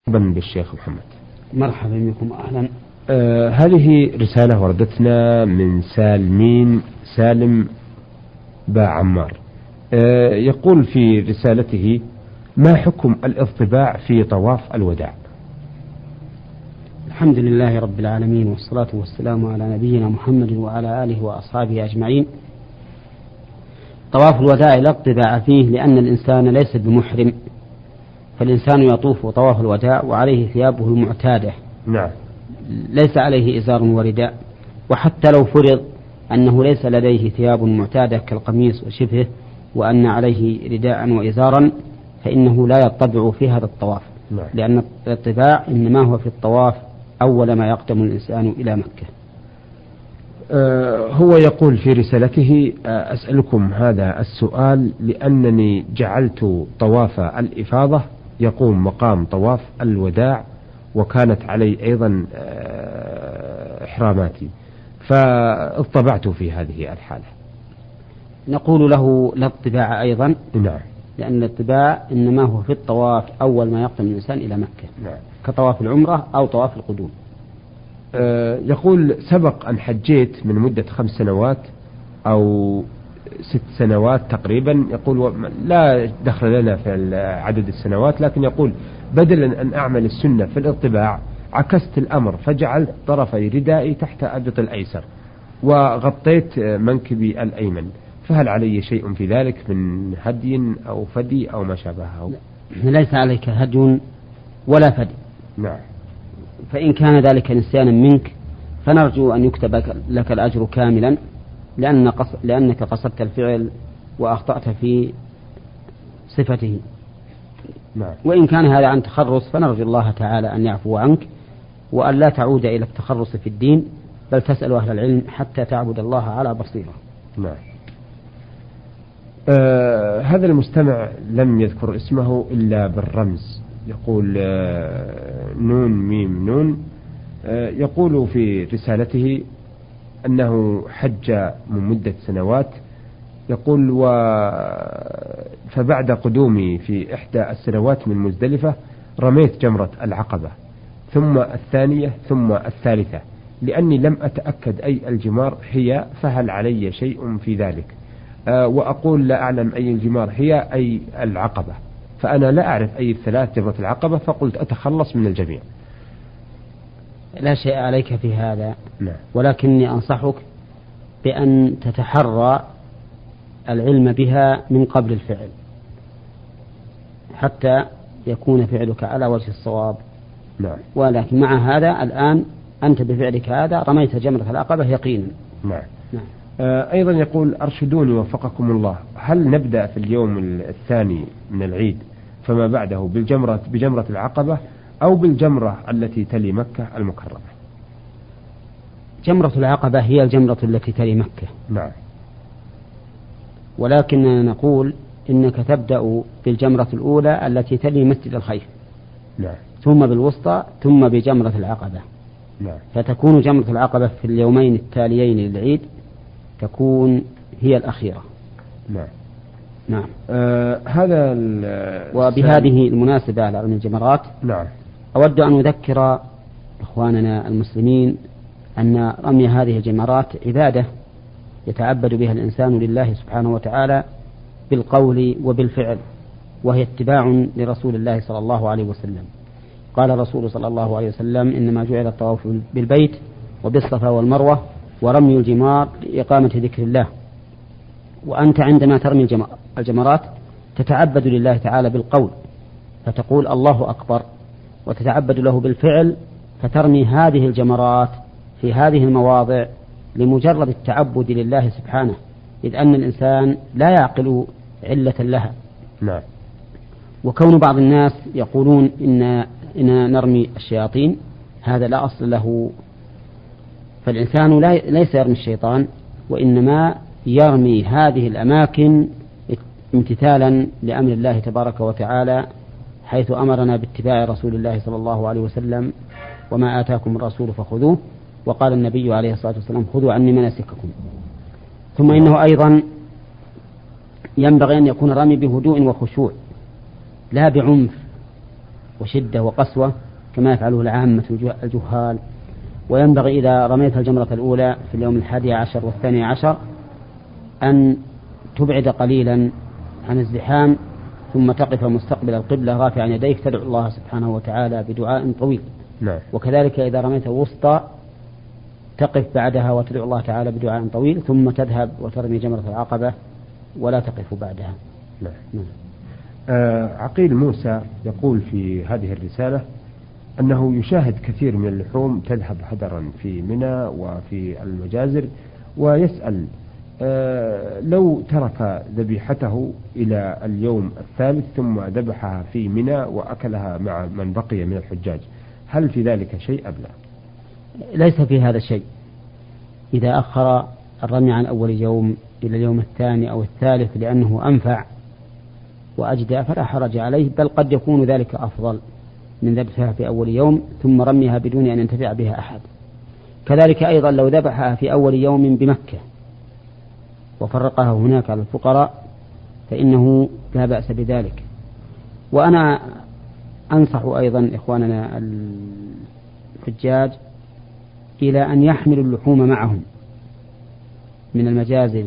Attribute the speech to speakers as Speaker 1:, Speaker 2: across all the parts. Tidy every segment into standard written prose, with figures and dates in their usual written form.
Speaker 1: مرحبا بالشيخ محمد.
Speaker 2: مرحبا بكم أهلا.
Speaker 1: هذه رسالة وردتنا من سالم با عمار. يقول في رسالته: ما حكم الاضطباع في طواف الوداع؟
Speaker 2: الحمد لله رب العالمين، والصلاة والسلام على نبينا محمد وعلى آله وأصحابه أجمعين. طواف الوداع لا اضطباع فيه، لأن الإنسان ليس بمحرم، فالإنسان يطوف طواف الوداع وعليه ثيابه المعتادة.
Speaker 1: نعم.
Speaker 2: ليس عليه إزار ورداء، وحتى لو فرض أنه ليس لديه ثياب معتادة كالقميص وشبهه، وأن عليه رداء وإزارا، فإنه لا يطبع في هذا الطواف.
Speaker 1: نعم.
Speaker 2: لأن الاطباع إنما هو في الطواف أول ما يقدم الإنسان إلى مكة.
Speaker 1: هو يقول في رسالته: أسألكم هذا السؤال لأنني جعلت طواف الإفاضة يقوم مقام طواف الوداع، وكانت علي أيضا إحراماتي، فاطبعت في هذه الحالة.
Speaker 2: نقول له لا اطباع أيضا.
Speaker 1: نعم.
Speaker 2: لأن الاطباع إنما هو في الطواف أول ما يقدم الإنسان إلى مكة.
Speaker 1: نعم.
Speaker 2: كطواف العمرة أو طواف القدوم.
Speaker 1: يقول: سبق أن حجيت من مدة 5 سنوات أو 6 سنوات تقريبا. يقول لا دخل لنا في عدد السنوات، لكن يقول: بدلا أن أعمل السنة في الاطباع عكست الأمر، فجعلت طرفي ردائي تحت أبط الأيسر وغطيت منكبي الأيمن، فهل علي شيء في ذلك من هدي أو فدي أو ما شابهه؟
Speaker 2: ليس عليك هدي ولا فدي.
Speaker 1: نعم.
Speaker 2: فإن كان ذلك نسيانا منك فنرجو أن يكتب لك الأجر كاملا، لأنك قصدت الفعل وأخطأت في صفته.
Speaker 1: نعم.
Speaker 2: وإن كان هذا عن تخرص فنرجو الله تعالى أن يعفو عنك، وأن لا تعود إلى التخرص في الدين، بل تسأل أهل العلم حتى تعبد الله على بصيرة.
Speaker 1: نعم. هذا المستمع لم يذكر اسمه إلا بالرمز. يقول: نون ميم نون. يقول في رسالته أنه حج من مدة سنوات. يقول: فبعد قدومي في إحدى السنوات من مزدلفة رميت جمرة العقبة، ثم الثانية ثم الثالثة، لأني لم أتأكد أي الجمار هي، فهل علي شيء في ذلك؟ وأقول لا أعلم أي الجمار هي أي العقبة، فأنا لا أعرف أي الثلاث جمرة العقبة، فقلت أتخلص من الجميع.
Speaker 2: لا شيء عليك في هذا.
Speaker 1: نعم.
Speaker 2: ولكني أنصحك بأن تتحرى العلم بها من قبل الفعل، حتى يكون فعلك على وجه الصواب.
Speaker 1: نعم.
Speaker 2: ولكن مع هذا الآن أنت بفعلك هذا رميت جمرة العقبة يقينا.
Speaker 1: نعم.
Speaker 2: نعم.
Speaker 1: أيضا يقول: أرشدوني وفقكم الله، هل نبدأ في اليوم الثاني من العيد فما بعده بجمرة العقبة أو بالجمرة التي تلي مكة المكرمة؟
Speaker 2: جمرة العقبة هي الجمرة التي تلي مكة.
Speaker 1: نعم.
Speaker 2: ولكننا نقول إنك تبدأ بالجمرة الأولى التي تلي مسجد الخيف.
Speaker 1: نعم.
Speaker 2: ثم بالوسطى، ثم بجمرة العقبة.
Speaker 1: نعم.
Speaker 2: فتكون جمرة العقبة في اليومين التاليين للعيد تكون هي الأخيرة.
Speaker 1: نعم.
Speaker 2: نعم.
Speaker 1: هذا
Speaker 2: وبهذه المناسبة على رمي الجمرات،
Speaker 1: نعم،
Speaker 2: أود أن أذكر إخواننا المسلمين أن رمي هذه الجمرات عبادة يتعبد بها الإنسان لله سبحانه وتعالى بالقول وبالفعل، وهي اتباع لرسول الله صلى الله عليه وسلم. قال الرسول صلى الله عليه وسلم: إنما جعل الطواف بالبيت وبالصفا والمروة ورمي الجمار لإقامة ذكر الله. وأنت عندما ترمي الجمرات تتعبد لله تعالى بالقول، فتقول الله أكبر، وتتعبد له بالفعل، فترمي هذه الجمرات في هذه المواضع لمجرد التعبد لله سبحانه، إذ أن الإنسان لا يعقل علة لها.
Speaker 1: نعم.
Speaker 2: وكون بعض الناس يقولون إن نرمي الشياطين، هذا لا أصل له. فالإنسان ليس يرمي الشيطان، وإنما يرمي هذه الأماكن امتثالا لأمر الله تبارك وتعالى، حيث أمرنا باتباع رسول الله صلى الله عليه وسلم: وما آتاكم الرسول فخذوه. وقال النبي عليه الصلاة والسلام: خذوا عني مناسككم. ثم إنه أيضا ينبغي أن يكون الرمي بهدوء وخشوع، لا بعنف، وشدة وقسوة كما يفعله العامة الجهال. وينبغي إذا رميت الجمرة الأولى في اليوم 11 و12 أن تبعد قليلا عن الزحام، ثم تقف مستقبل القبلة رافعا يديك تدعو الله سبحانه وتعالى بدعاء طويل.
Speaker 1: نعم.
Speaker 2: وكذلك إذا رميت الوسطى تقف بعدها وتدعو الله تعالى بدعاء طويل، ثم تذهب وترمي جمرة العقبة ولا تقف بعدها.
Speaker 1: نعم. نعم. عقيل موسى يقول في هذه الرسالة أنه يشاهد كثير من اللحوم تذهب هدرا في منى وفي المجازر، ويسأل لو ترك ذبيحته إلى اليوم الثالث ثم ذبحها في منى وأكلها مع من بقي من الحجاج، هل في ذلك شيء أم لا؟
Speaker 2: ليس في هذا شيء. إذا أخر الرمي عن أول يوم إلى اليوم الثاني أو الثالث لأنه أنفع وأجدى فلا حرج عليه، بل قد يكون ذلك أفضل من ذبحها في أول يوم ثم رميها بدون أن ينتفع بها أحد. كذلك أيضا لو ذبحها في أول يوم بمكة وفرقها هناك على الفقراء فإنه لا بأس بذلك. وأنا أنصح أيضا إخواننا الحجاج إلى أن يحملوا اللحوم معهم من المجازر،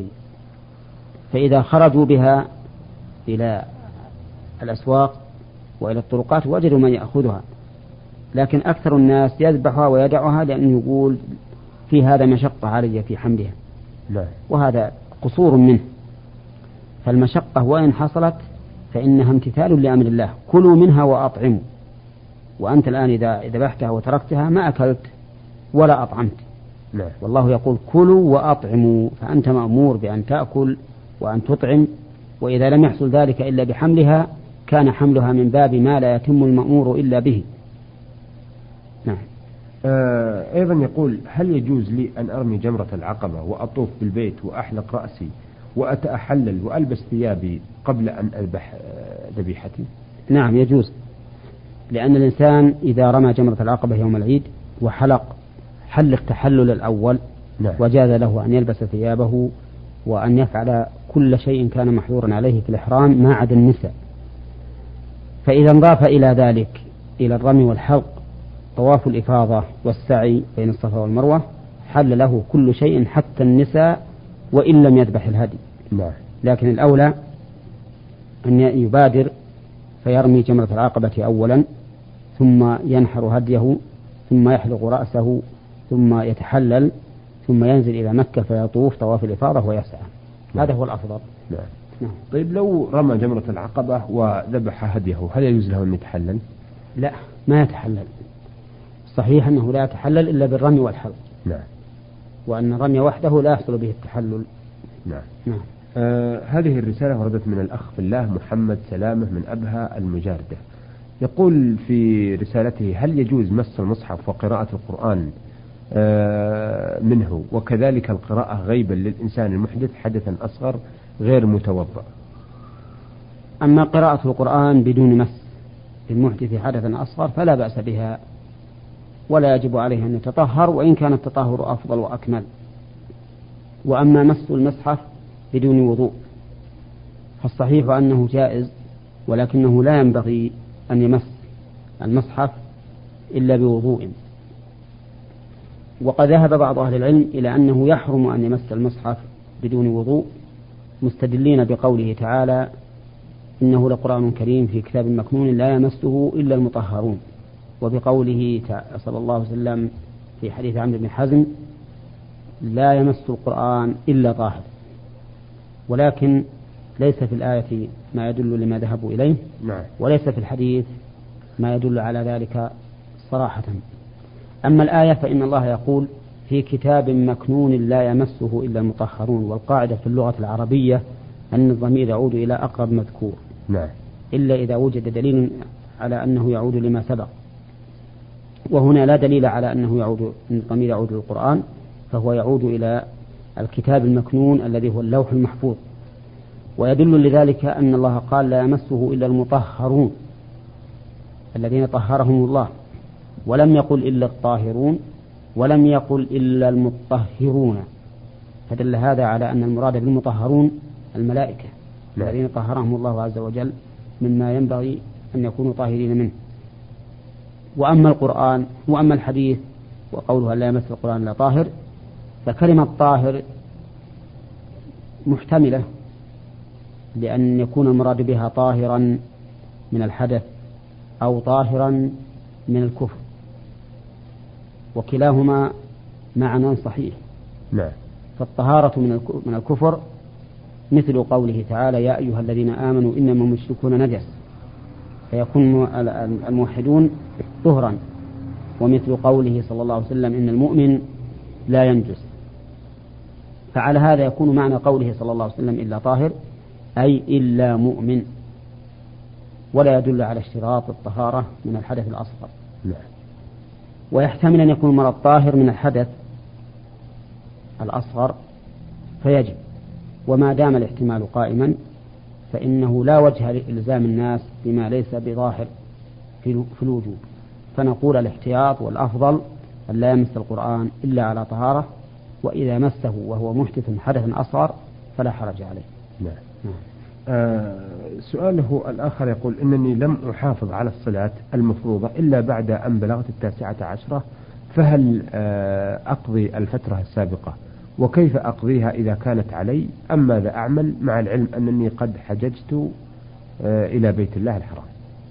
Speaker 2: فإذا خرجوا بها إلى الأسواق وإلى الطرقات وجدوا من يأخذها، لكن أكثر الناس يذبحها ويدعها لأنه يقول في هذا مشقة علي في حملها.
Speaker 1: لا.
Speaker 2: وهذا قصور منه، فالمشقة وإن حصلت فإنها امتثال لأمر الله، كلوا منها وأطعموا. وأنت الآن إذا ذبحتها وتركتها ما أكلت ولا أطعمت.
Speaker 1: لا.
Speaker 2: والله يقول كلوا وأطعموا، فأنت مأمور بأن تأكل وأن تطعم، وإذا لم يحصل ذلك إلا بحملها كان حملها من باب ما لا يتم المأمور إلا به. نعم.
Speaker 1: أيضا يقول هل يجوز لي أن أرمي جمرة العقبة وأطوف بالبيت وأحلق رأسي وأتأحلل وألبس ثيابي قبل أن أذبح ذبيحتي؟
Speaker 2: نعم يجوز، لأن الإنسان إذا رمى جمرة العقبة يوم العيد حلق تحلل الأول.
Speaker 1: نعم.
Speaker 2: وجاز له أن يلبس ثيابه وأن يفعل كل شيء كان محظورا عليه في الإحرام ما عدا النساء. فإذا انضاف إلى ذلك إلى الرمي والحلق طواف الإفاضة والسعي بين الصفا والمروة حل له كل شيء حتى النساء وإن لم يذبح الهدي.
Speaker 1: نعم.
Speaker 2: لكن الأولى أن يبادر فيرمي جمرة العقبة أولا، ثم ينحر هديه، ثم يحلق رأسه، ثم يتحلل، ثم ينزل إلى مكة فيطوف طواف الإفاضة ويسعى.
Speaker 1: نعم.
Speaker 2: هذا هو الأفضل.
Speaker 1: نعم.
Speaker 2: نعم.
Speaker 1: طيب لو رمى جمرة العقبة وذبح هديه هل يجوز له أن يتحلل؟
Speaker 2: لا، ما يتحلل. صحيح أنه لا يتحلل إلا بالرمي والحلق.
Speaker 1: نعم.
Speaker 2: وأن الرمي وحده لا يحصل به التحلل.
Speaker 1: نعم.
Speaker 2: نعم.
Speaker 1: هذه الرسالة وردت من الأخ في الله محمد سلامة من أبها المجاردة، يقول في رسالته هل يجوز مس المصحف وقراءة القرآن منه، وكذلك القراءة غيبا للإنسان المحدث حدثا أصغر غير متوضأ؟
Speaker 2: أما قراءة القرآن بدون مس للمحدث حدثا أصغر فلا بأس بها، ولا يجب عليه أن يتطهر، وإن كان التطهر أفضل وأكمل. وأما مس المصحف بدون وضوء فالصحيح أنه جائز، ولكنه لا ينبغي أن يمس المصحف إلا بوضوء. وقد ذهب بعض أهل العلم إلى أنه يحرم أن يمس المصحف بدون وضوء، مستدلين بقوله تعالى إنه لقرآن كريم في كتاب مكنون لا يمسه إلا المطهرون، وبقوله صلى الله عليه وسلم في حديث عمرو بن حزم لا يمس القرآن إلا طاهر. ولكن ليس في الآية ما يدل لما ذهبوا إليه.
Speaker 1: نعم.
Speaker 2: وليس في الحديث ما يدل على ذلك صراحة. أما الآية فإن الله يقول في كتاب مكنون لا يمسه إلا المطهرون، والقاعدة في اللغة العربية أن الضمير يعود إلى أقرب مذكور.
Speaker 1: نعم.
Speaker 2: إلا إذا وجد دليل على أنه يعود لما سبق، وهنا لا دليل على أنه يعود، أن الضمير يعود للقرآن، فهو يعود إلى الكتاب المكنون الذي هو اللوح المحفوظ. ويدل لذلك أن الله قال لا يمسه إلا المطهرون الذين طهرهم الله، ولم يقل إلا الطاهرون، ولم يقل إلا المطهرون، فدل هذا على أن المراد بالمطهرون الملائكة الذين طهرهم الله عز وجل مما ينبغي أن يكونوا طاهرين منه. وأما الحديث وقولها لا يمس القرآن إلا طاهر، فكلمة طاهر محتملة لأن يكون المراد بها طاهرا من الحدث أو طاهرا من الكفر، وكلاهما معنى صحيح.
Speaker 1: نعم.
Speaker 2: فالطهارة من الكفر مثل قوله تعالى يا أيها الذين آمنوا إنما المشركون نجس، فيكون الموحدون طهرا، ومثل قوله صلى الله عليه وسلم إن المؤمن لا ينجس. فعلى هذا يكون معنى قوله صلى الله عليه وسلم إلا طاهر أي إلا مؤمن، ولا يدل على اشتراط الطهارة من الحدث الأصغر.
Speaker 1: نعم.
Speaker 2: ويحتمل أن يكون المرض طاهر من الحدث الأصغر فيجب، وما دام الاحتمال قائما فإنه لا وجه لإلزام الناس بما ليس بظاهر في الوجوب، فنقول الاحتياط والأفضل أن لا يمس القرآن إلا على طهارة، وإذا مسه وهو محدث حدث أصغر فلا حرج عليه.
Speaker 1: نعم. سؤاله الآخر يقول إنني لم أحافظ على الصلاة المفروضة إلا بعد أن بلغت 19، فهل أقضي الفترة السابقة؟ وكيف أقضيها إذا كانت علي؟ أم ماذا أعمل مع العلم أنني قد حججت إلى بيت الله الحرام؟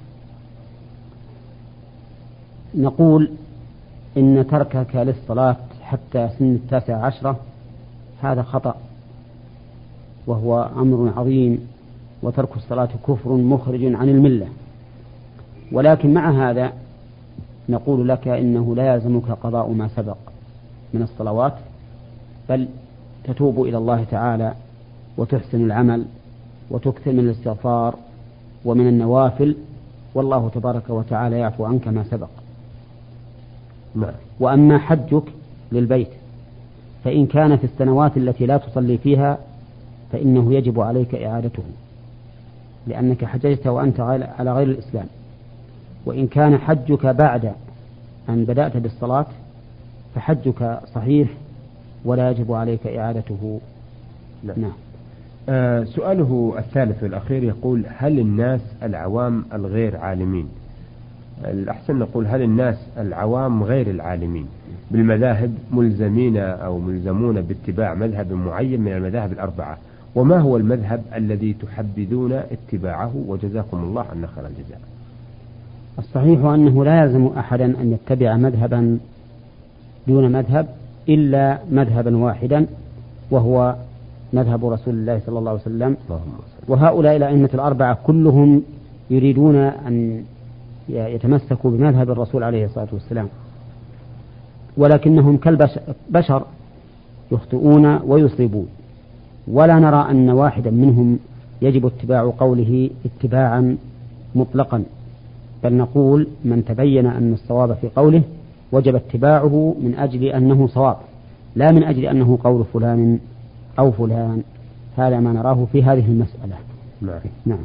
Speaker 2: نقول إن تركك للصلاة حتى سن 19 هذا خطأ، وهو أمر عظيم، وترك الصلاة كفر مخرج عن الملة. ولكن مع هذا نقول لك إنه لا يلزمك قضاء ما سبق من الصلوات، بل تتوب إلى الله تعالى وتحسن العمل وتكثر من الاستغفار ومن النوافل، والله تبارك وتعالى يعفو عنك ما سبق.
Speaker 1: نعم.
Speaker 2: وأما حجك للبيت فإن كان في السنوات التي لا تصلي فيها فإنه يجب عليك إعادته، لأنك حججت وأنت على غير الإسلام. وإن كان حجك بعد أن بدأت بالصلاة فحجك صحيح ولا يجب عليك إعادته.
Speaker 1: نعم. سؤاله الثالث والأخير يقول هل الناس العوام الغير عالمين، الأحسن نقول هل الناس العوام غير العالمين بالمذاهب ملزمين أو ملزمون باتباع مذهب معين من المذاهب الأربعة؟ وما هو المذهب الذي تحبذون اتباعه؟ وجزاكم الله عنا خير الجزاء.
Speaker 2: الصحيح أنه لا يلزم أحدا أن يتبع مذهبا دون مذهب إلا مذهبا واحدا، وهو مذهب رسول الله صلى الله عليه وسلم. وهؤلاء الأئمة الأربعة كلهم يريدون أن يتمسكوا بمذهب الرسول عليه الصلاة والسلام، ولكنهم كالبشر يخطئون ويصيبون، ولا نرى أن واحدا منهم يجب اتباع قوله اتباعا مطلقا، بل نقول من تبين أن الصواب في قوله وجب اتباعه من أجل أنه صواب، لا من أجل أنه قول فلان أو فلان. هذا ما نراه في هذه المسألة.
Speaker 1: نعم.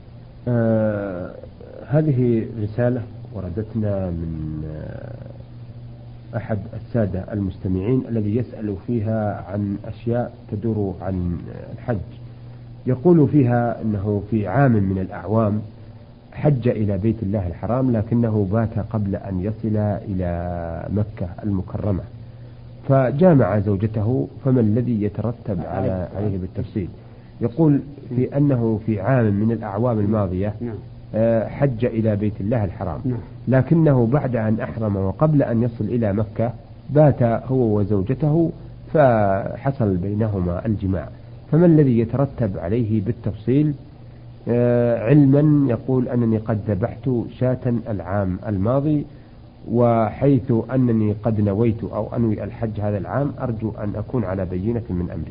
Speaker 1: هذه رسالة وردتنا من أحد السادة المستمعين الذي يسأل فيها عن أشياء تدور عن الحج. يقول فيها أنه في عام من الأعوام حج إلى بيت الله الحرام، لكنه بات قبل أن يصل إلى مكة المكرمة، فجامع زوجته، فما الذي يترتب عليه بالتفصيل؟ يقول في أنه في عام من الأعوام الماضية حج إلى بيت الله الحرام، لكنه بعد أن أحرم وقبل أن يصل إلى مكة بات هو وزوجته فحصل بينهما الجماع، فما الذي يترتب عليه بالتفصيل؟ علما يقول أنني قد ذبحت شاة العام الماضي، وحيث أنني قد نويت أو أنوي الحج هذا العام أرجو أن أكون على بينة من أمري.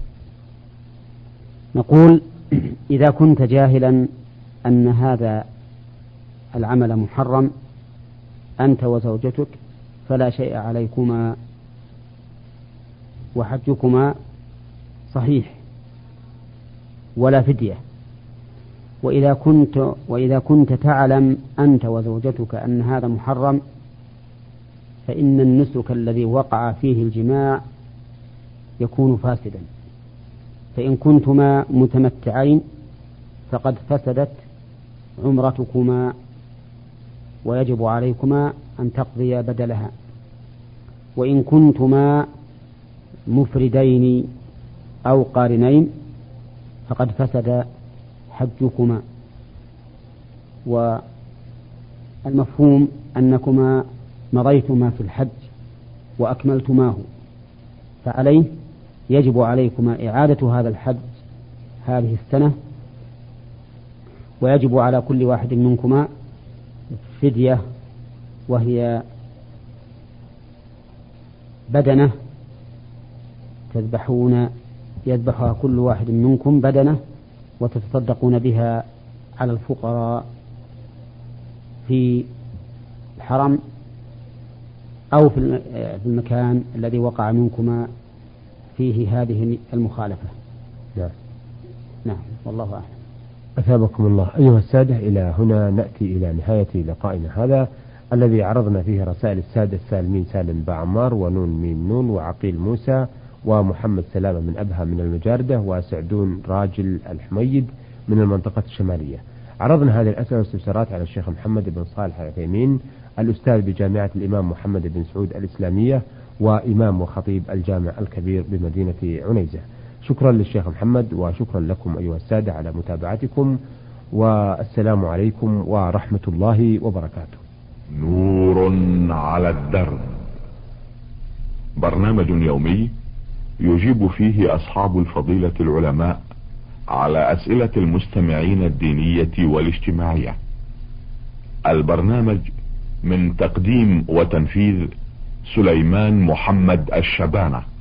Speaker 2: نقول إذا كنت جاهلا أن هذا العمل محرم أنت وزوجتك فلا شيء عليكما وحجكما صحيح ولا فدية. وإذا كنت تعلم أنت وزوجتك أن هذا محرم فإن النسك الذي وقع فيه الجماع يكون فاسدا، فإن كنتما متمتعين فقد فسدت عمرتكما ويجب عليكما أن تقضيا بدلها. وإن كنتما مفردين أو قارنين فقد فسد حجكما. والمفهوم أنكما مضيتما في الحج وأكملتماه، فعليه يجب عليكما إعادة هذا الحج هذه السنة، ويجب على كل واحد منكما فدية، وهي بدنة يذبحها كل واحد منكم بدنة وتتصدقون بها على الفقراء في الحرم أو في المكان الذي وقع منكما فيه هذه المخالفة. نعم والله أعلم.
Speaker 1: أثابكم الله. أيها السادة، إلى هنا نأتي إلى نهاية لقائنا هذا الذي عرضنا فيه رسائل السادة السالمين سالم بعمار ونون ميم نون وعقيل موسى ومحمد سلامة من أبها من المجاردة وسعدون راجل الحميد من المنطقة الشمالية. عرضنا هذه الأسئلة والاستفسارات على الشيخ محمد بن صالح العثيمين الأستاذ بجامعة الإمام محمد بن سعود الإسلامية وإمام وخطيب الجامع الكبير بمدينة عنيزة. شكرا للشيخ محمد وشكرا لكم أيها السادة على متابعتكم، والسلام عليكم ورحمة الله وبركاته.
Speaker 3: نور على الدرب، برنامج يومي يجيب فيه أصحاب الفضيلة العلماء على أسئلة المستمعين الدينية والاجتماعية. البرنامج من تقديم وتنفيذ سليمان محمد الشبانة.